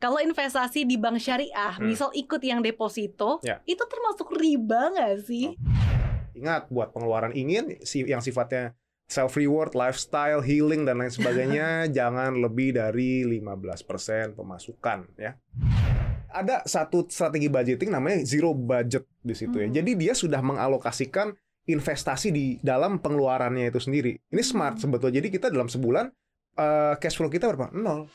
kalau investasi di bank syariah, misal ikut yang deposito, itu termasuk riba nggak sih? Ingat, buat pengeluaran ingin yang sifatnya self-reward, lifestyle, healing, dan lain sebagainya, jangan lebih dari 15% pemasukan. Ya. Ada satu strategi budgeting namanya zero budget di situ ya. Jadi dia sudah mengalokasikan investasi di dalam pengeluarannya itu sendiri. Ini smart sebetulnya. Jadi kita dalam sebulan cash flow kita berapa? 0.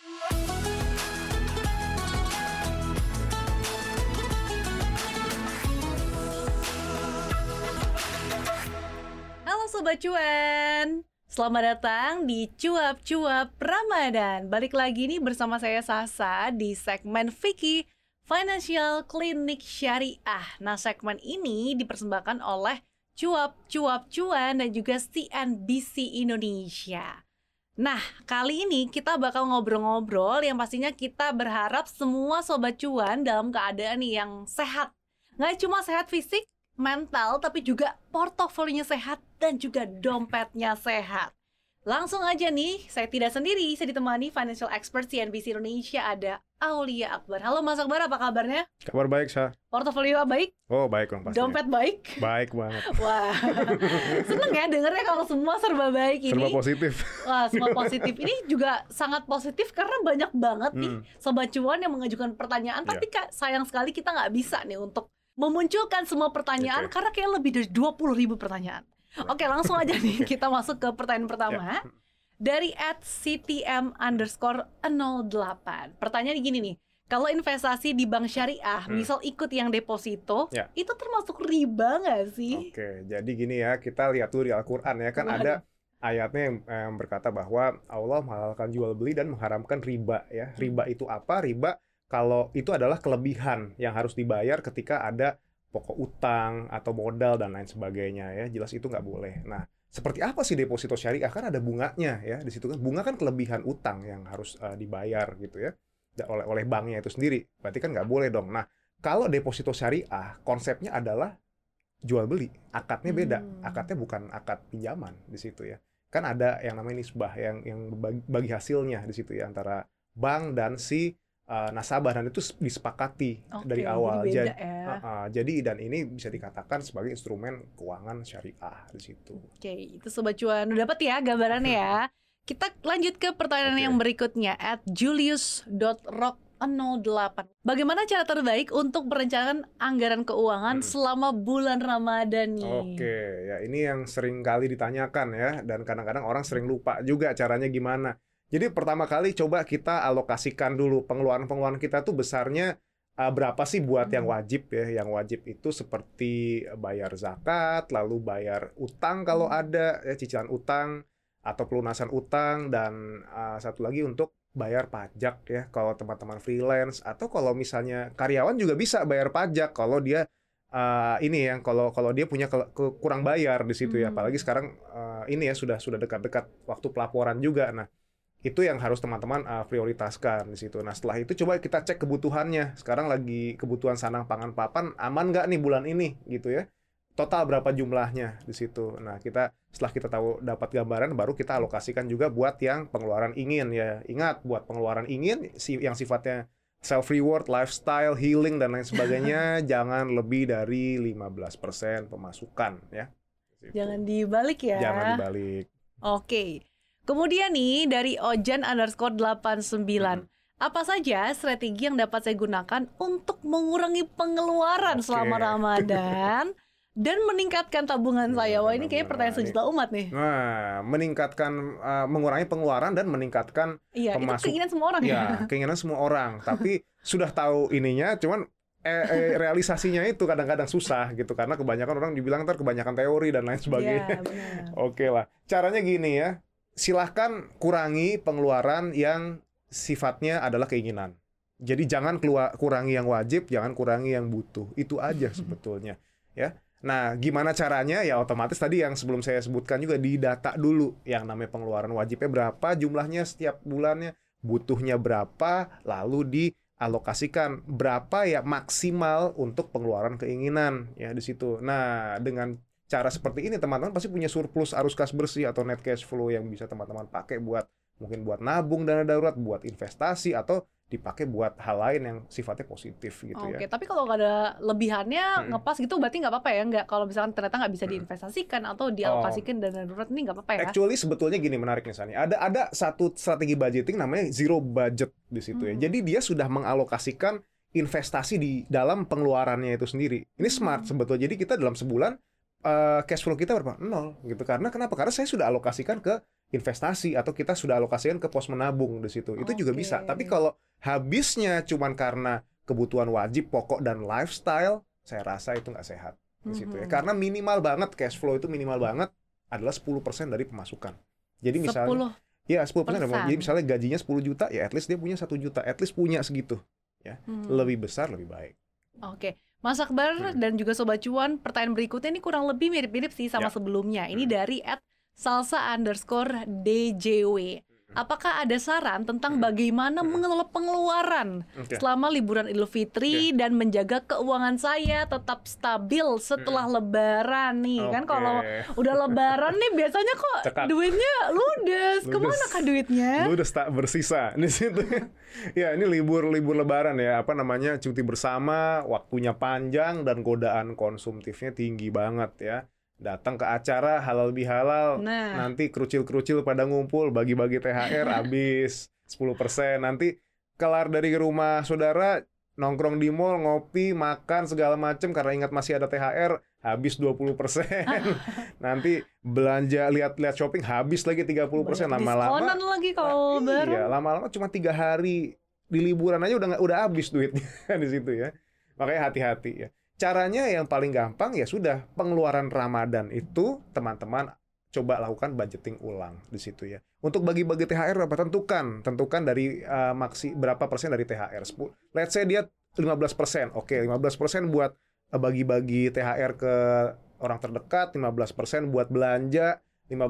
Sobat Cuan, selamat datang di Cuap-Cuap Ramadan. Balik lagi nih bersama saya Sasa di segmen Fikih Financial Clinic Syariah. Nah, segmen ini dipersembahkan oleh Cuap-Cuap Cuan dan juga CNBC Indonesia. Nah, kali ini kita bakal ngobrol-ngobrol yang pastinya kita berharap semua Sobat Cuan dalam keadaan yang sehat. Nggak cuma sehat fisik, mental, tapi juga portofolionya sehat dan juga dompetnya sehat. Langsung aja nih, saya tidak sendiri, saya ditemani financial expert CNBC Indonesia, ada Aulia Akbar. Halo Mas Akbar, apa kabarnya? Kabar baik, Sa. Portofolio baik? Oh, baik dong pastinya. Dompet baik? Baik banget. Wah, seneng ya dengernya kalau semua serba baik ini. Serba positif. Wah, semua positif. Ini juga sangat positif karena banyak banget nih Sobat Cuan yang mengajukan pertanyaan, tapi sayang sekali kita nggak bisa nih untuk memunculkan semua pertanyaan karena kayak lebih dari 20.000 pertanyaan. Oke, langsung aja nih kita masuk ke pertanyaan pertama dari @ctm_08. Pertanyaan gini nih, kalau investasi di bank syariah, misal ikut yang deposito, itu termasuk riba nggak sih? Oke, jadi gini ya, kita lihat dulu di Al-Quran ya, kan ada ayatnya yang berkata bahwa Allah menghalalkan jual beli dan mengharamkan riba ya. Riba itu apa? Riba kalau itu adalah kelebihan yang harus dibayar ketika ada pokok utang atau modal dan lain sebagainya ya, jelas itu nggak boleh. Nah, seperti apa sih deposito syariah? Kan ada bunganya ya di situ kan. Bunga kan kelebihan utang yang harus dibayar gitu ya oleh banknya itu sendiri. Berarti kan nggak boleh dong. Nah, kalau deposito syariah konsepnya adalah jual beli, akadnya beda. Akadnya bukan akad pinjaman di situ ya. Kan ada yang namanya nisbah yang bagi hasilnya di situ ya antara bank dan si nasabah, dan itu disepakati dari awal. Jadi dan ini bisa dikatakan sebagai instrumen keuangan syariah di situ. Oke, itu Sobat Cuan udah dapat ya gambarannya ya. Kita lanjut ke pertanyaan yang berikutnya @julius.rock08. Bagaimana cara terbaik untuk merencanakan anggaran keuangan selama bulan Ramadan nih? Oke, ya ini yang sering kali ditanyakan ya, dan kadang-kadang orang sering lupa juga caranya gimana. Jadi pertama kali coba kita alokasikan dulu pengeluaran-pengeluaran kita tuh besarnya berapa sih buat yang wajib ya. Yang wajib itu seperti bayar zakat, lalu bayar utang kalau ada ya, cicilan utang atau pelunasan utang, dan satu lagi untuk bayar pajak ya kalau teman-teman freelance, atau kalau misalnya karyawan juga bisa bayar pajak kalau dia ini ya, kalau dia punya kurang bayar di situ ya. Apalagi sekarang ini ya sudah dekat-dekat waktu pelaporan juga. Nah, itu yang harus teman-teman prioritaskan di situ. Nah, setelah itu coba kita cek kebutuhannya. Sekarang lagi kebutuhan sandang pangan papan aman nggak nih bulan ini gitu ya. Total berapa jumlahnya di situ. Nah, setelah kita tahu dapat gambaran, baru kita alokasikan juga buat yang pengeluaran ingin ya. Ingat, buat pengeluaran ingin yang sifatnya self reward, lifestyle, healing, dan lain sebagainya jangan lebih dari 15% pemasukan ya. Jangan dibalik ya. Jangan dibalik. Oke. Kemudian nih dari Ojan_89. Apa saja strategi yang dapat saya gunakan untuk mengurangi pengeluaran selama Ramadan dan meningkatkan tabungan saya? Wah, ini kayaknya pertanyaan sejuta umat nih. Nah, mengurangi pengeluaran dan meningkatkan pemasukan. Itu keinginan semua orang ya? Keinginan semua orang. Tapi sudah tahu ininya, cuman realisasinya itu kadang-kadang susah gitu. Karena kebanyakan orang dibilang ntar kebanyakan teori dan lain sebagainya. Oke lah, caranya gini ya. Silahkan kurangi pengeluaran yang sifatnya adalah keinginan. Jadi jangan kurangi yang wajib, jangan kurangi yang butuh. Itu aja sebetulnya ya. Nah, gimana caranya? Ya otomatis tadi yang sebelum saya sebutkan juga, didata dulu yang namanya pengeluaran wajibnya berapa, jumlahnya setiap bulannya, butuhnya berapa, lalu dialokasikan berapa ya maksimal untuk pengeluaran keinginan ya di situ. Nah, dengan cara seperti ini teman-teman pasti punya surplus arus kas bersih atau net cash flow yang bisa teman-teman pakai buat mungkin buat nabung dana darurat, buat investasi, atau dipakai buat hal lain yang sifatnya positif gitu Oke, ya. tapi kalau nggak ada lebihannya Mm-mm. ngepas gitu berarti nggak apa-apa ya? Nggak, kalau misalkan ternyata nggak bisa diinvestasikan atau Oh, dialokasikan dana darurat ini nggak apa-apa ya? actually sebetulnya gini menariknya Sani. Ada satu strategi budgeting namanya zero budget di situ ya. Jadi dia sudah mengalokasikan investasi di dalam pengeluarannya itu sendiri. Ini smart sebetulnya. Jadi kita dalam sebulan cash flow kita berapa? 0 gitu. Kenapa? Karena saya sudah alokasikan ke investasi atau kita sudah alokasikan ke pos menabung di situ. Itu juga bisa. Tapi kalau habisnya cuman karena kebutuhan wajib, pokok dan lifestyle, saya rasa itu nggak sehat di situ ya. Karena minimal banget cash flow itu minimal banget adalah 10% dari pemasukan. Jadi misalnya 10%. ya 10%. Jadi misalnya gajinya 10 juta, ya at least dia punya 1 juta, at least punya segitu ya. Lebih besar lebih baik. Oke. Mas Akbar dan juga Sobat Cuan, pertanyaan berikutnya ini kurang lebih mirip-mirip sih sama sebelumnya. Ini dari @salsa_djw. Apakah ada saran tentang bagaimana mengelola pengeluaran selama liburan Idul Fitri dan menjaga keuangan saya tetap stabil setelah Lebaran nih? Kan kalau udah Lebaran nih biasanya kok duitnya ludes. Kemana kah duitnya? Ludes tak bersisa di situ. Ya ini libur Lebaran ya, apa namanya, cuti bersama, waktunya panjang dan godaan konsumtifnya tinggi banget ya. Datang ke acara halal bihalal, nanti kerucil-kerucil pada ngumpul, bagi-bagi THR habis 10%. Nanti kelar dari rumah saudara, nongkrong di mall, ngopi, makan segala macem karena ingat masih ada THR, habis 20%. Nanti belanja lihat-lihat shopping habis lagi 30%. Lama-lama diskonan lagi kalau Lebaran. Iya, lama-lama cuma 3 hari di liburan aja udah habis duitnya di situ ya. Makanya hati-hati ya. Caranya yang paling gampang ya sudah, pengeluaran Ramadan itu teman-teman coba lakukan budgeting ulang di situ ya. Untuk bagi-bagi THR berapa, tentukan dari berapa persen dari THR. Let's say dia 15%. Oke, 15% buat bagi-bagi THR ke orang terdekat, 15% buat belanja,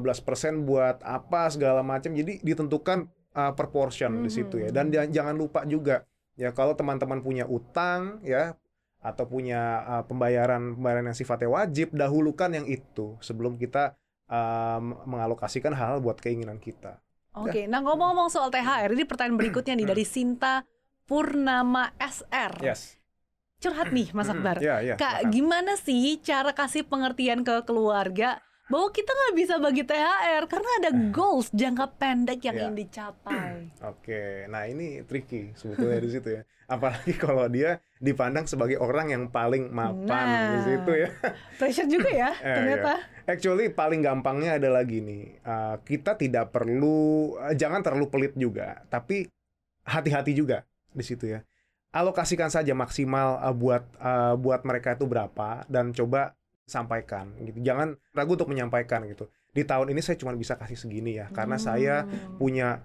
15% buat apa segala macam. Jadi ditentukan per portion di situ ya. Dan jangan lupa juga ya, kalau teman-teman punya utang ya, atau punya pembayaran yang sifatnya wajib, dahulukan yang itu sebelum kita mengalokasikan hal buat keinginan kita. Oke, nah ngomong-ngomong soal THR, ini pertanyaan berikutnya nih dari Sinta Purnama SR. Yes. Curhat nih Mas Akbar. Kak, makan. gimana sih cara kasih pengertian ke keluarga bahwa kita nggak bisa bagi THR karena ada goals jangka pendek yang ingin dicapai? Oke, nah ini tricky sebetulnya di situ ya. Apalagi kalau dia dipandang sebagai orang yang paling mapan di situ ya. Pressure juga ya ternyata. Actually paling gampangnya adalah gini, kita tidak perlu, jangan terlalu pelit juga, tapi hati-hati juga di situ ya. Alokasikan saja maksimal buat mereka itu berapa dan coba sampaikan gitu. Jangan ragu untuk menyampaikan gitu. Di tahun ini saya cuma bisa kasih segini ya, karena saya punya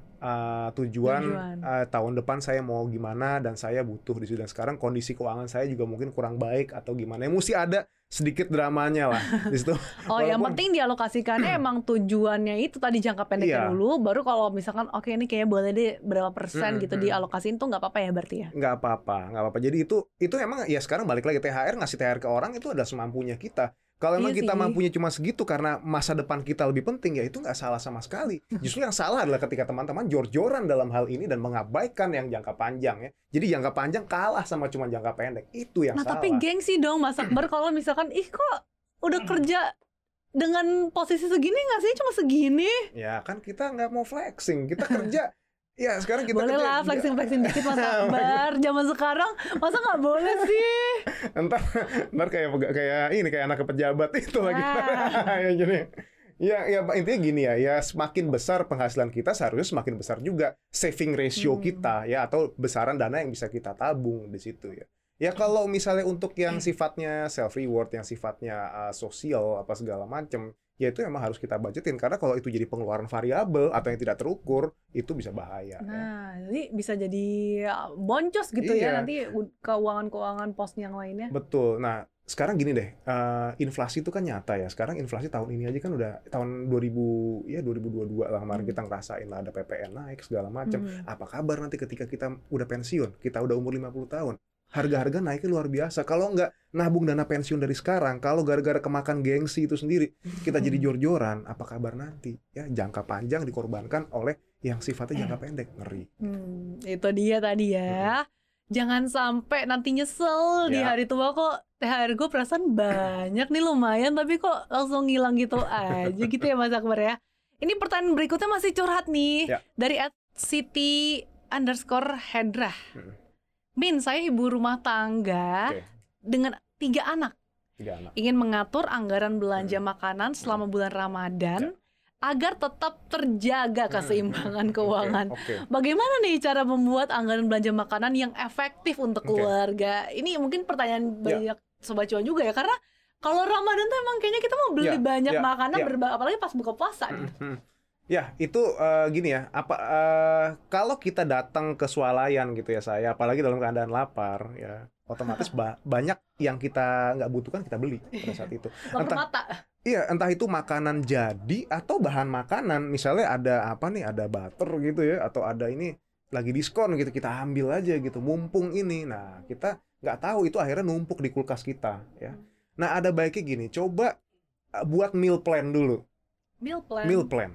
tujuan tahun depan saya mau gimana dan saya butuh di situ. Dan sekarang kondisi keuangan saya juga mungkin kurang baik atau gimana. Mesti ada sedikit dramanya lah di situ. Yang penting dialokasikannya emang tujuannya itu tadi jangka pendeknya dulu, baru kalau misalkan oke ini kayaknya boleh deh berapa persen gitu dialokasiin tuh nggak apa-apa ya berarti ya? Nggak apa-apa. Jadi itu emang ya sekarang balik lagi ngasih THR ke orang itu adalah semampunya kita. Kalau emang kita mampunya cuma segitu karena masa depan kita lebih penting, ya itu nggak salah sama sekali. Justru yang salah adalah ketika teman-teman jor-joran dalam hal ini dan mengabaikan yang jangka panjang ya. Jadi jangka panjang kalah sama cuma jangka pendek. Itu yang salah. Tapi gengsi dong Mas Akbar kalau misalkan kok udah kerja dengan posisi segini ngasihnya cuma segini. Ya kan kita nggak mau flexing, kita kerja. Ya sekarang kita boleh kerja, lah flexing dikit Mas Akbar. Zaman sekarang masa nggak boleh sih? Ntar kayak anak pejabat itu lagi. Ya jadi ya intinya gini ya semakin besar penghasilan kita seharusnya semakin besar juga saving ratio kita ya, atau besaran dana yang bisa kita tabung di situ ya. Ya kalau misalnya untuk yang sifatnya self reward, yang sifatnya sosial apa segala macam, ya itu memang harus kita budgetin, karena kalau itu jadi pengeluaran variabel atau yang tidak terukur itu bisa bahaya. Nah, jadi bisa jadi boncos gitu ya nanti keuangan posnya yang lainnya. Betul. Nah, sekarang gini deh, inflasi itu kan nyata ya. Sekarang inflasi tahun ini aja kan udah tahun 2022 lah kemarin kita ngerasain lah, ada PPN naik segala macam. Apa kabar nanti ketika kita udah pensiun, kita udah umur 50 tahun? Harga-harga naiknya luar biasa. Kalau nggak nabung dana pensiun dari sekarang, kalau gara-gara kemakan gengsi itu sendiri, kita jadi jor-joran, apa kabar nanti? Ya, jangka panjang dikorbankan oleh yang sifatnya jangka pendek, ngeri. Itu dia tadi ya. Jangan sampai nanti nyesel di Ya. hari tua, kok THR gue perasaan banyak nih lumayan tapi kok langsung ngilang gitu aja gitu ya Mas Akbar ya. Ini pertanyaan berikutnya masih curhat nih Ya. dari @siti_hedrah. Min, saya ibu rumah tangga Oke. dengan 3 anak. 3 anak. Ingin mengatur anggaran belanja makanan selama bulan Ramadan agar tetap terjaga keseimbangan keuangan. Oke. Bagaimana nih cara membuat anggaran belanja makanan yang efektif untuk keluarga? Ini mungkin pertanyaan banyak Sobat Cuan juga ya, karena kalau Ramadan tuh emang kayaknya kita mau beli banyak makanan, apalagi pas buka puasa. Ya, itu gini ya, kalau kita datang ke swalayan gitu ya saya, apalagi dalam keadaan lapar ya, otomatis banyak yang kita nggak butuhkan kita beli pada saat itu. Entah itu makanan jadi atau bahan makanan, misalnya ada apa nih, ada butter gitu ya, atau ada ini lagi diskon gitu, kita ambil aja gitu, mumpung ini. Nah, kita nggak tahu itu akhirnya numpuk di kulkas kita ya. Nah, ada baiknya gini, coba buat meal plan dulu. Meal plan.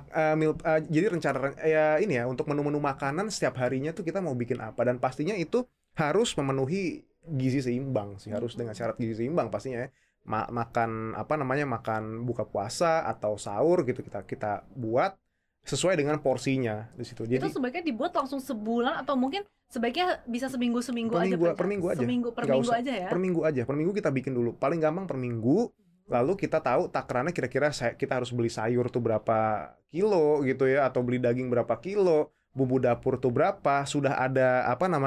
Jadi rencana ya ini ya, untuk menu-menu makanan setiap harinya tuh kita mau bikin apa, dan pastinya itu harus memenuhi gizi seimbang sih, harus dengan syarat gizi seimbang pastinya ya. Makan makan buka puasa atau sahur gitu kita buat sesuai dengan porsinya di situ. Jadi itu sebaiknya dibuat langsung sebulan atau mungkin sebaiknya bisa seminggu aja. Per minggu aja. Per minggu aja. Per minggu kita bikin dulu. Paling gampang per minggu. Lalu kita tahu takarannya kira-kira kita harus beli sayur tuh berapa kilo gitu ya, atau beli daging berapa kilo, bumbu dapur tuh berapa, sudah ada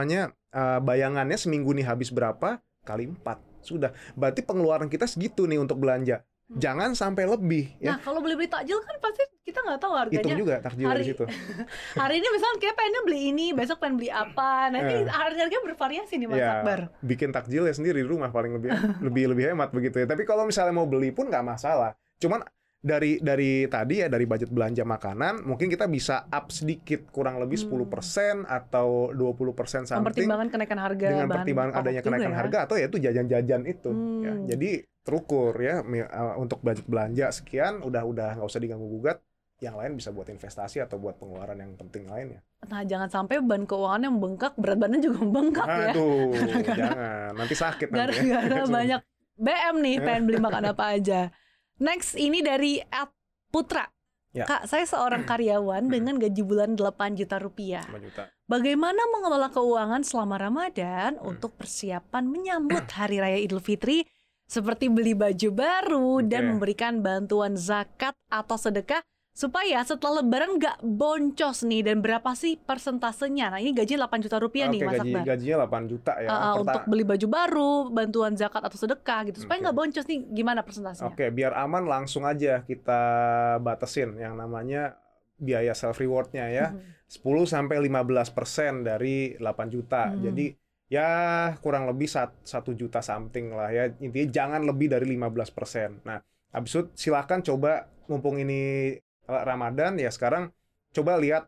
bayangannya seminggu nih habis berapa kali 4. Sudah, berarti pengeluaran kita segitu nih untuk belanja. Jangan sampai lebih ya. Nah, kalau beli takjil kan pasti kita nggak tahu harganya. Hitung juga takjil di situ. Hari ini misalnya kayak pengen beli ini, besok pengen beli apa. Nanti harganya bervariasi nih Mas Akbar. Bikin takjil ya sendiri di rumah paling lebih hemat begitu ya. Tapi kalau misalnya mau beli pun nggak masalah. Cuman dari tadi ya, dari budget belanja makanan mungkin kita bisa up sedikit, kurang lebih 10% atau 20% something, mempertimbangkan kenaikan harga, dengan pertimbangan adanya kenaikan harga atau ya itu jajan-jajan itu ya. Jadi terukur ya, untuk budget belanja sekian, udah nggak usah diganggu gugat, yang lain bisa buat investasi atau buat pengeluaran yang penting lainnya. Nah, jangan sampai beban keuangannya membengkak, berat badan juga membengkak ya. Aduh, jangan, nanti sakit nanti ya. Gara-gara banyak BM nih, pengen beli makan apa aja. Next, ini dari @putra. Ya. Kak, saya seorang karyawan dengan gaji bulan 8 juta rupiah. 5 juta. Bagaimana mengelola keuangan selama Ramadan untuk persiapan menyambut Hari Raya Idul Fitri, seperti beli baju baru dan memberikan bantuan zakat atau sedekah, supaya setelah Lebaran nggak boncos nih, dan berapa sih persentasenya? Nah, ini gaji 8 juta rupiah nih Mas Akbar. Gajinya 8 juta ya. Untuk beli baju baru, bantuan zakat atau sedekah gitu, supaya nggak boncos nih, gimana persentasenya? Biar aman langsung aja kita batasin yang namanya biaya self rewardnya ya. 10-15% dari 8 juta. Jadi ya kurang lebih 1 juta something lah ya. Intinya jangan lebih dari 15%. Nah, habis itu silakan coba, mumpung ini Ramadan ya, sekarang coba lihat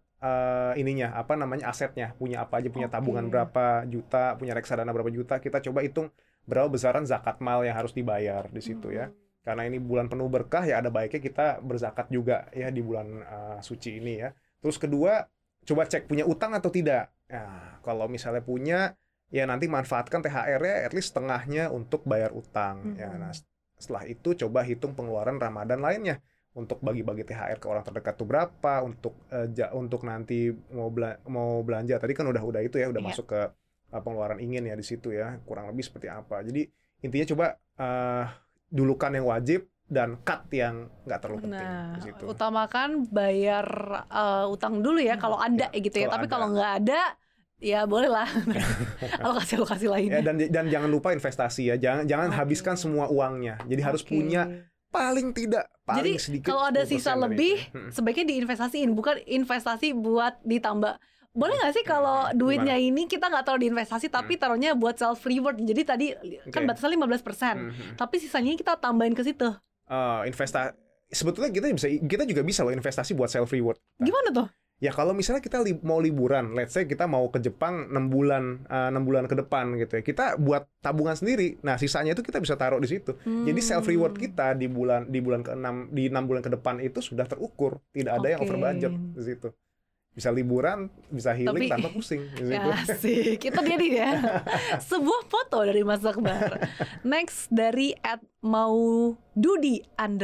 asetnya, punya apa aja, punya tabungan berapa juta, punya reksadana berapa juta, kita coba hitung berapa besaran zakat mal yang harus dibayar di situ ya. Karena ini bulan penuh berkah ya, ada baiknya kita berzakat juga ya di bulan suci ini ya. Terus kedua, coba cek punya utang atau tidak. Nah, kalau misalnya punya, ya nanti manfaatkan THR-nya at least setengahnya untuk bayar utang ya. Nah, setelah itu coba hitung pengeluaran Ramadan lainnya. Untuk bagi-bagi THR ke orang terdekat tuh berapa, untuk nanti mau belanja tadi kan udah itu ya, udah masuk ke pengeluaran ingin ya di situ ya, kurang lebih seperti apa. Jadi intinya coba dulukan yang wajib dan cut yang nggak terlalu penting di situ. Utamakan bayar utang dulu ya kalau ada gitu ya. Tapi kalau nggak ada, ya boleh lah alokasi lainnya. Ya, dan jangan lupa investasi ya, jangan habiskan semua uangnya. Jadi harus punya paling sedikit. Kalau ada sisa lebih, sebaiknya diinvestasiin, bukan investasi buat ditambah. Boleh nggak sih kalau duitnya ini kita nggak taruh di investasi, tapi taruhnya buat self reward. Jadi tadi kan batasnya 15%, tapi sisanya kita tambahin ke situ. Sebetulnya kita juga bisa loh investasi buat self reward. Gimana tuh? Ya kalau misalnya kita mau liburan, let's say kita mau ke Jepang 6 bulan ke depan gitu ya. Kita buat tabungan sendiri. Nah, sisanya itu kita bisa taruh di situ. Jadi self reward kita di bulan ke-6, di 6 bulan ke depan itu sudah terukur. Tidak ada yang over budget di situ. bisa liburan, bisa healing Tapi tanpa pusing. Di situ. asik, itu dia nih ya. Sebuah foto dari Mas Akbar. Next dari @maududi_.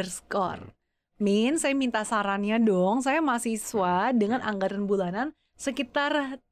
Min, saya minta sarannya dong. Saya mahasiswa dengan anggaran bulanan sekitar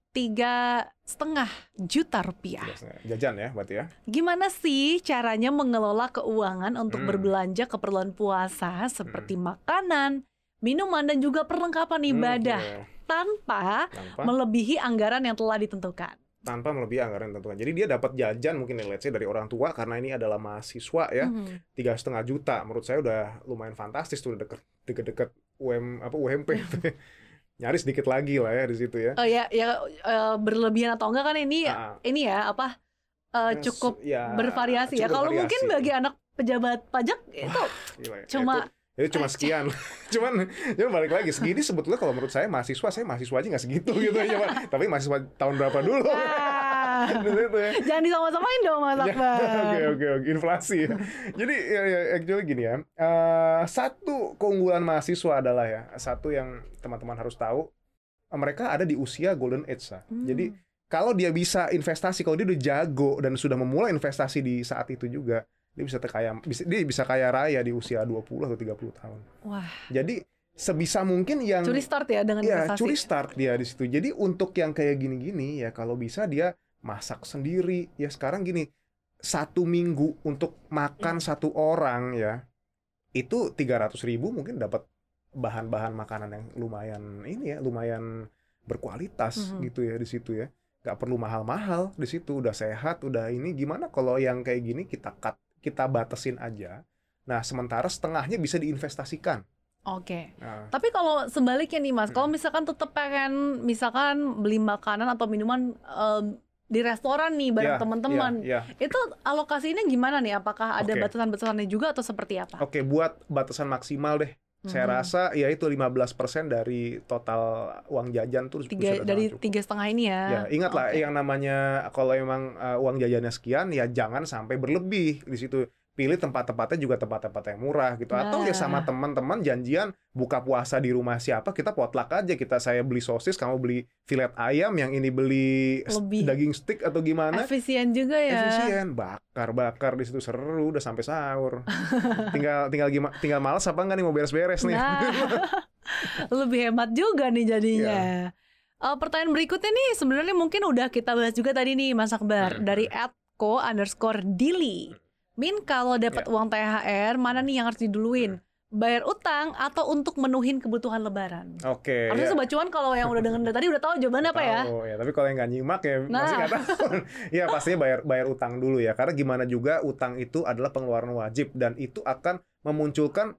3,5 juta rupiah. Jajan ya berarti ya. Gimana sih caranya mengelola keuangan untuk berbelanja keperluan puasa seperti makanan, minuman, dan juga perlengkapan ibadah tanpa melebihi anggaran yang telah ditentukan? Tanpa melebihi anggaran yang ditentukan. Jadi dia dapat jajan mungkin let's say dari orang tua karena ini adalah mahasiswa ya. 3,5 juta menurut saya udah lumayan fantastis tuh, deket-deket UMP nyaris dikit lagi lah ya di situ ya. Oh ya, berlebihan atau enggak kan ini ya apa cukup bervariasi ya. Kalau mungkin bagi anak pejabat pajak itu cuma itu cuma sekian. cuman balik lagi segini sebetulnya kalau menurut saya mahasiswa aja nggak segitu gitu ya. Tapi mahasiswa tahun berapa dulu? Gitu ya. Jangan disama-samain dong Mas Akbar. Oke, inflasi ya. Jadi ya actually gini ya. Satu keunggulan mahasiswa adalah ya, satu yang teman-teman harus tahu, mereka ada di usia golden age. Jadi kalau dia bisa investasi, kalau dia udah jago dan sudah memulai investasi di saat itu juga, dia bisa kaya raya di usia 20 atau 30 tahun. Wah. Jadi sebisa mungkin yang curi start ya dengan investasi. Curi start dia di situ. Jadi untuk yang kayak gini-gini ya kalau bisa dia masak sendiri. Ya sekarang gini, 1 minggu untuk makan satu orang ya, itu 300.000 mungkin dapat bahan-bahan makanan yang lumayan berkualitas gitu ya di situ ya. Gak perlu mahal-mahal di situ, udah sehat, udah ini. Gimana kalau yang kayak gini kita batasin aja. Nah, sementara setengahnya bisa diinvestasikan. Oke. Tapi kalau sebaliknya nih Mas, kalau misalkan tetap pengen misalkan beli makanan atau minuman di restoran nih bareng teman-teman, itu alokasinya gimana nih? Apakah ada batasan-batasannya juga atau seperti apa? Oke, buat batasan maksimal deh. Saya rasa ya itu 15% dari total uang jajan tuh dari 3,5 ini ya. Ya, ingatlah yang namanya kalau emang uang jajannya sekian ya jangan sampai berlebih di situ. Pilih tempat-tempatnya juga tempat-tempat yang murah gitu. Atau ya sama teman-teman janjian buka puasa di rumah siapa, kita potluck aja. Saya beli sosis, kamu beli filet ayam, yang ini beli daging stick atau gimana. Efisien juga ya. Efisien, bakar di situ seru udah sampai sahur. tinggal malas apa enggak nih mau beres-beres nih. Lebih hemat juga nih jadinya. Pertanyaan berikutnya nih sebenarnya mungkin udah kita bahas juga tadi nih Mas Akbar, dari @ko_dili. Min, kalau dapat uang THR, mana nih yang harus diduluin? Bayar utang atau untuk menuhin kebutuhan lebaran? Oke. Harusnya Sobat Cuan kalau yang udah denger tadi udah tahu jawabannya apa ya? Oh ya, tapi kalau yang nggak nyimak ya masih nggak tahu. Ya pastinya bayar utang dulu ya, karena gimana juga utang itu adalah pengeluaran wajib dan itu akan memunculkan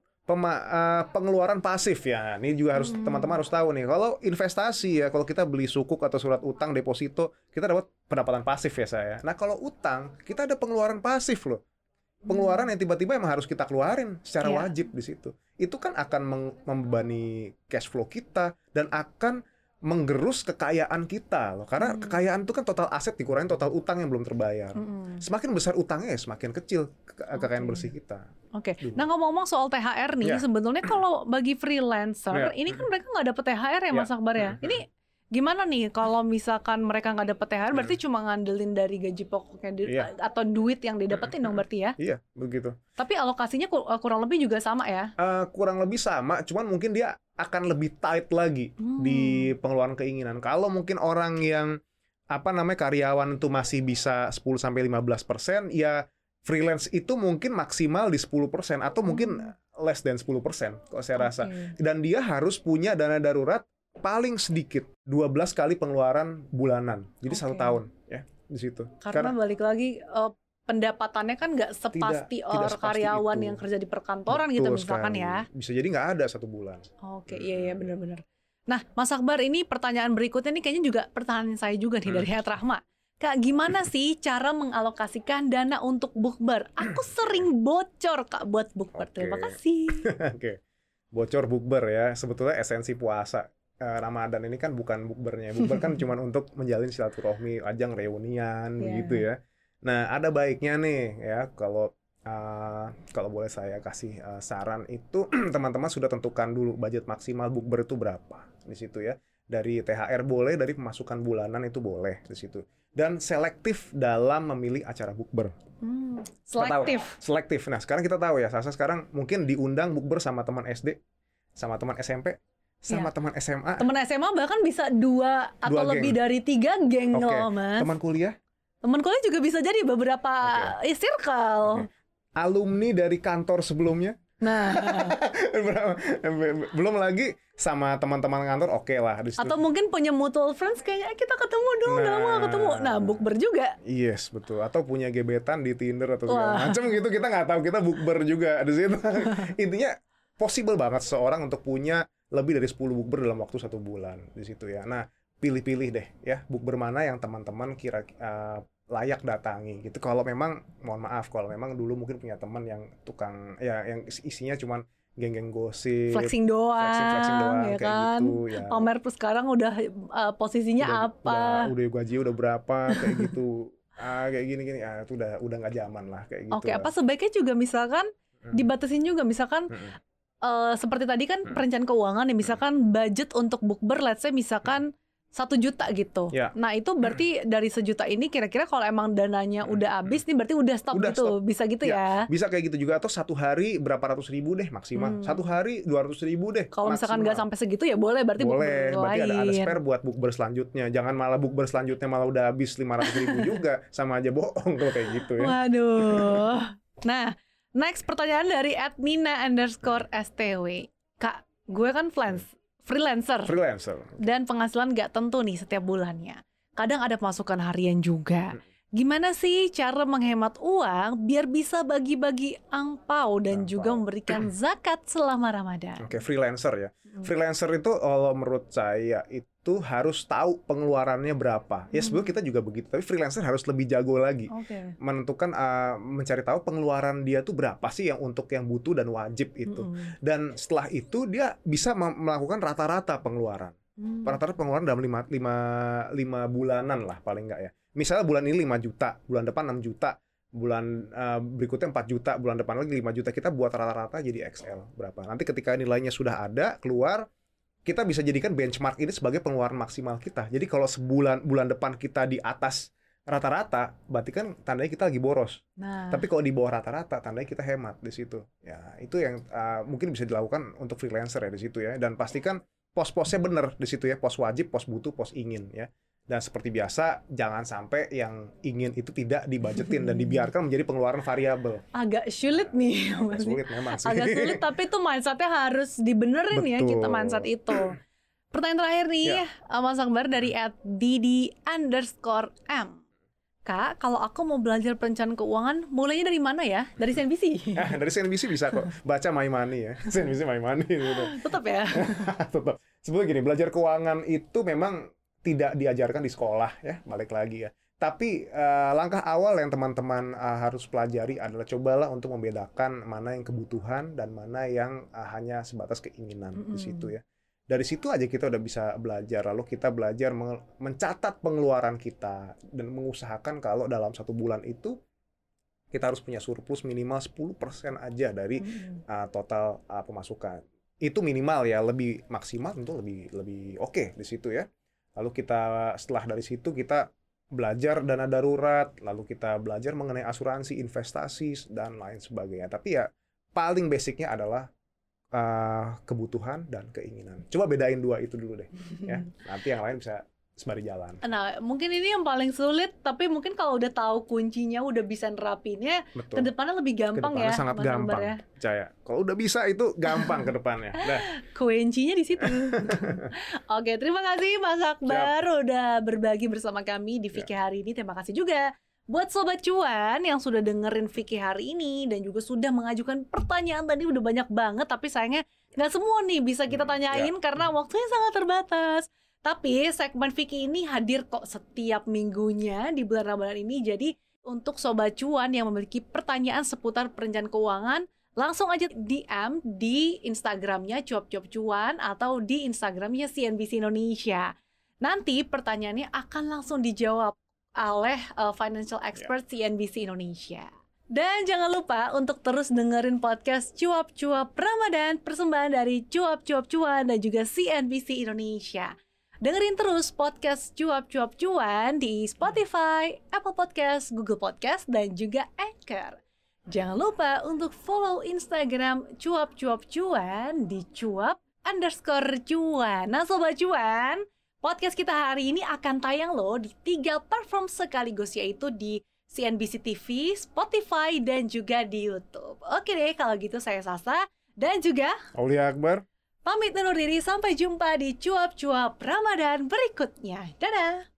pengeluaran pasif ya. Ini juga harus teman-teman harus tahu nih. Kalau investasi ya, kalau kita beli sukuk atau surat utang deposito, kita dapat pendapatan pasif ya saya. Nah kalau utang kita ada pengeluaran pasif loh. Pengeluaran yang tiba-tiba emang harus kita keluarin secara wajib di situ. Itu kan akan membebani cash flow kita dan akan menggerus kekayaan kita loh. Karena kekayaan itu kan total aset dikurangin total utang yang belum terbayar. Semakin besar utangnya semakin kecil kekayaan bersih kita. Oke. Nah ngomong-ngomong soal THR nih, sebetulnya kalau bagi freelancer ini kan mereka nggak dapet THR ya Mas Akbar ya. Ini gimana nih kalau misalkan mereka nggak dapet THR, berarti cuma ngandelin dari gaji pokoknya atau duit yang didapetin dong berarti ya? Iya, begitu. Tapi alokasinya kurang lebih juga sama ya? Kurang lebih sama, cuman mungkin dia akan lebih tight lagi di pengeluaran keinginan. Kalau mungkin orang yang karyawan itu masih bisa 10-15%, ya freelance itu mungkin maksimal di 10% atau mungkin less than 10% kalau saya rasa. Dan dia harus punya dana darurat paling sedikit 12 kali pengeluaran bulanan. Jadi 1 tahun ya di situ. Karena balik lagi pendapatannya kan nggak sepasti karyawan yang kerja di perkantoran. Betul gitu misalkan sekali. Ya. Bisa jadi nggak ada 1 bulan. Oke, iya benar-benar. Nah, Mas Akbar, ini pertanyaan berikutnya nih kayaknya juga pertanyaan saya juga nih dari Rahma. Kak, gimana sih cara mengalokasikan dana untuk bukber? Aku sering bocor Kak buat bukber. Terima kasih. Oke. Bocor bukber ya, sebetulnya esensi puasa. Ramadan ini kan bukan bukbernya. Bukber kan cuma untuk menjalin silaturahmi, ajang reunian gitu ya. Nah, ada baiknya nih ya kalau boleh saya kasih saran itu teman-teman sudah tentukan dulu budget maksimal bukber itu berapa di situ ya. Dari THR boleh, dari pemasukan bulanan itu boleh di situ. Dan selektif dalam memilih acara bukber. Selektif. Selektif. Nah, sekarang kita tahu ya, Sasa sekarang mungkin diundang bukber sama teman SD, sama teman SMP, sama teman SMA. Teman SMA bahkan bisa 2 atau lebih dari 3 geng loh, Mas. Teman kuliah? Teman kuliah juga bisa jadi beberapa circle. Alumni dari kantor sebelumnya. Nah, belum lagi sama teman-teman kantor, oke lah di situ. atau mungkin punya mutual friends kayaknya kita ketemu dong, udah lama gak ketemu. Nah, bukber juga. Yes, betul. Atau punya gebetan di Tinder atau segala macam gitu, kita nggak tahu, kita bukber juga di situ. Intinya possible banget seorang untuk punya lebih dari 10 bukber dalam waktu 1 bulan di situ ya. Nah, pilih-pilih deh ya bukber mana yang teman-teman kira layak datangi gitu. Kalau memang, mohon maaf, kalau memang dulu mungkin punya teman yang tukang ya yang isinya cuman geng-geng gosip, flexing doang ya kayak kan? gitu ya. Pamer plus sekarang udah posisinya apa? Udah gaji udah berapa kayak gitu. Kayak gini-gini itu udah nggak zaman lah kayak gitu. Oke, apa sebaiknya juga misalkan dibatasin juga misalkan seperti tadi kan perencanaan keuangan ya, misalkan budget untuk bukber let's say misalkan 1 juta gitu. Nah, itu berarti dari 1 juta ini kira-kira kalau emang dananya udah habis nih berarti udah stop gitu. Stop. Bisa gitu ya. Bisa kayak gitu juga, atau 1 hari berapa ratus ribu deh maksimal. 1 hari 200 ribu deh. Kalau misalkan nggak sampai segitu ya boleh, berarti boleh, berarti lain. ada spare buat bukber selanjutnya. Jangan malah bukber selanjutnya malah udah habis 500 ribu juga, sama aja bohong kalau kayak gitu ya. Waduh. Nah, next pertanyaan dari @mina_stw. Kak, gue kan freelancer dan penghasilan nggak tentu nih setiap bulannya. Kadang ada pemasukan harian juga. Gimana sih cara menghemat uang biar bisa bagi-bagi angpau dan juga memberikan zakat selama Ramadan? Oke, freelancer ya. Freelancer itu kalau menurut saya itu harus tahu pengeluarannya berapa. Ya sebelum kita juga begitu, tapi freelancer harus lebih jago lagi. Menentukan, mencari tahu pengeluaran dia tuh berapa sih yang untuk yang butuh dan wajib itu. Dan setelah itu dia bisa melakukan rata-rata pengeluaran. Rata-rata pengeluaran dalam 5 bulanan lah paling nggak ya. Misalnya bulan ini 5 juta, bulan depan 6 juta, bulan berikutnya 4 juta, bulan depan lagi 5 juta. Kita buat rata-rata jadi Excel berapa. Nanti ketika nilainya sudah ada, keluar, kita bisa jadikan benchmark ini sebagai pengeluaran maksimal kita. Jadi kalau bulan depan kita di atas rata-rata, berarti kan tandanya kita lagi boros. Tapi kalau di bawah rata-rata, tandanya kita hemat di situ. Ya, itu yang mungkin bisa dilakukan untuk freelancer ya di situ ya. Dan pastikan pos-posnya benar di situ ya, pos wajib, pos butuh, pos ingin ya. Dan seperti biasa, jangan sampai yang ingin itu tidak dibajetin dan dibiarkan menjadi pengeluaran variabel. Agak sulit nih. Sulit memang sih. Agak sulit, tapi itu mindsetnya harus dibenerin. Betul. Ya kita mindset itu. Pertanyaan terakhir nih, Mas Akbar dari @didi_m. Kak, kalau aku mau belajar perencanaan keuangan, mulainya dari mana ya? Dari CNBC? Dari CNBC bisa kok. Baca My Money ya. CNBC My Money gitu. Tetap ya? Tetap. Sebetulnya gini, belajar keuangan itu memang tidak diajarkan di sekolah ya, balik lagi ya. Tapi langkah awal yang teman-teman harus pelajari adalah cobalah untuk membedakan mana yang kebutuhan dan mana yang hanya sebatas keinginan di situ ya. Dari situ aja kita udah bisa belajar. Lalu kita belajar mencatat pengeluaran kita dan mengusahakan kalau dalam 1 bulan itu kita harus punya surplus minimal 10% aja dari total pemasukan. Itu minimal ya, lebih maksimal tentu lebih oke di situ ya. Lalu kita setelah dari situ kita belajar dana darurat, lalu kita belajar mengenai asuransi, investasi dan lain sebagainya. Tapi ya paling basicnya adalah kebutuhan dan keinginan. Coba bedain 2 itu dulu deh ya. Nanti yang lain bisa sembari jalan. Nah, mungkin ini yang paling sulit, tapi mungkin kalau udah tahu kuncinya, udah bisa nerapinnya, ke depannya lebih gampang ya. Sangat gampang, ya. Percaya. Kalau udah bisa itu gampang ke depannya. Kuncinya di situ. Oke, terima kasih Mas Akbar udah berbagi bersama kami di Fikih hari ini. Terima kasih juga buat Sobat Cuan yang sudah dengerin Fikih hari ini dan juga sudah mengajukan pertanyaan. Tadi udah banyak banget, tapi sayangnya nggak semua nih bisa kita tanyain karena waktunya sangat terbatas. Tapi segmen Fikih ini hadir kok setiap minggunya di bulan Ramadan ini. Jadi untuk Sobat Cuan yang memiliki pertanyaan seputar perencanaan keuangan, langsung aja DM di Instagramnya cuap-cuap-cuan atau di Instagramnya CNBC Indonesia. Nanti pertanyaannya akan langsung dijawab oleh financial expert CNBC Indonesia. Dan jangan lupa untuk terus dengerin podcast Cuap-Cuap Ramadan, persembahan dari Cuap-Cuap Cuan dan juga CNBC Indonesia. Dengerin terus podcast Cuap-Cuap Cuan di Spotify, Apple Podcast, Google Podcast, dan juga Anchor. Jangan lupa untuk follow Instagram Cuap-Cuap Cuan di cuap_cuan. Nah Sobat Cuan, podcast kita hari ini akan tayang loh di 3 platform sekaligus, yaitu di CNBC TV, Spotify, dan juga di YouTube. Oke deh, kalau gitu saya Sasa dan juga Aulia Akbar. pamit undur diri, sampai jumpa di Cuap-Cuap Ramadan berikutnya. Dadah!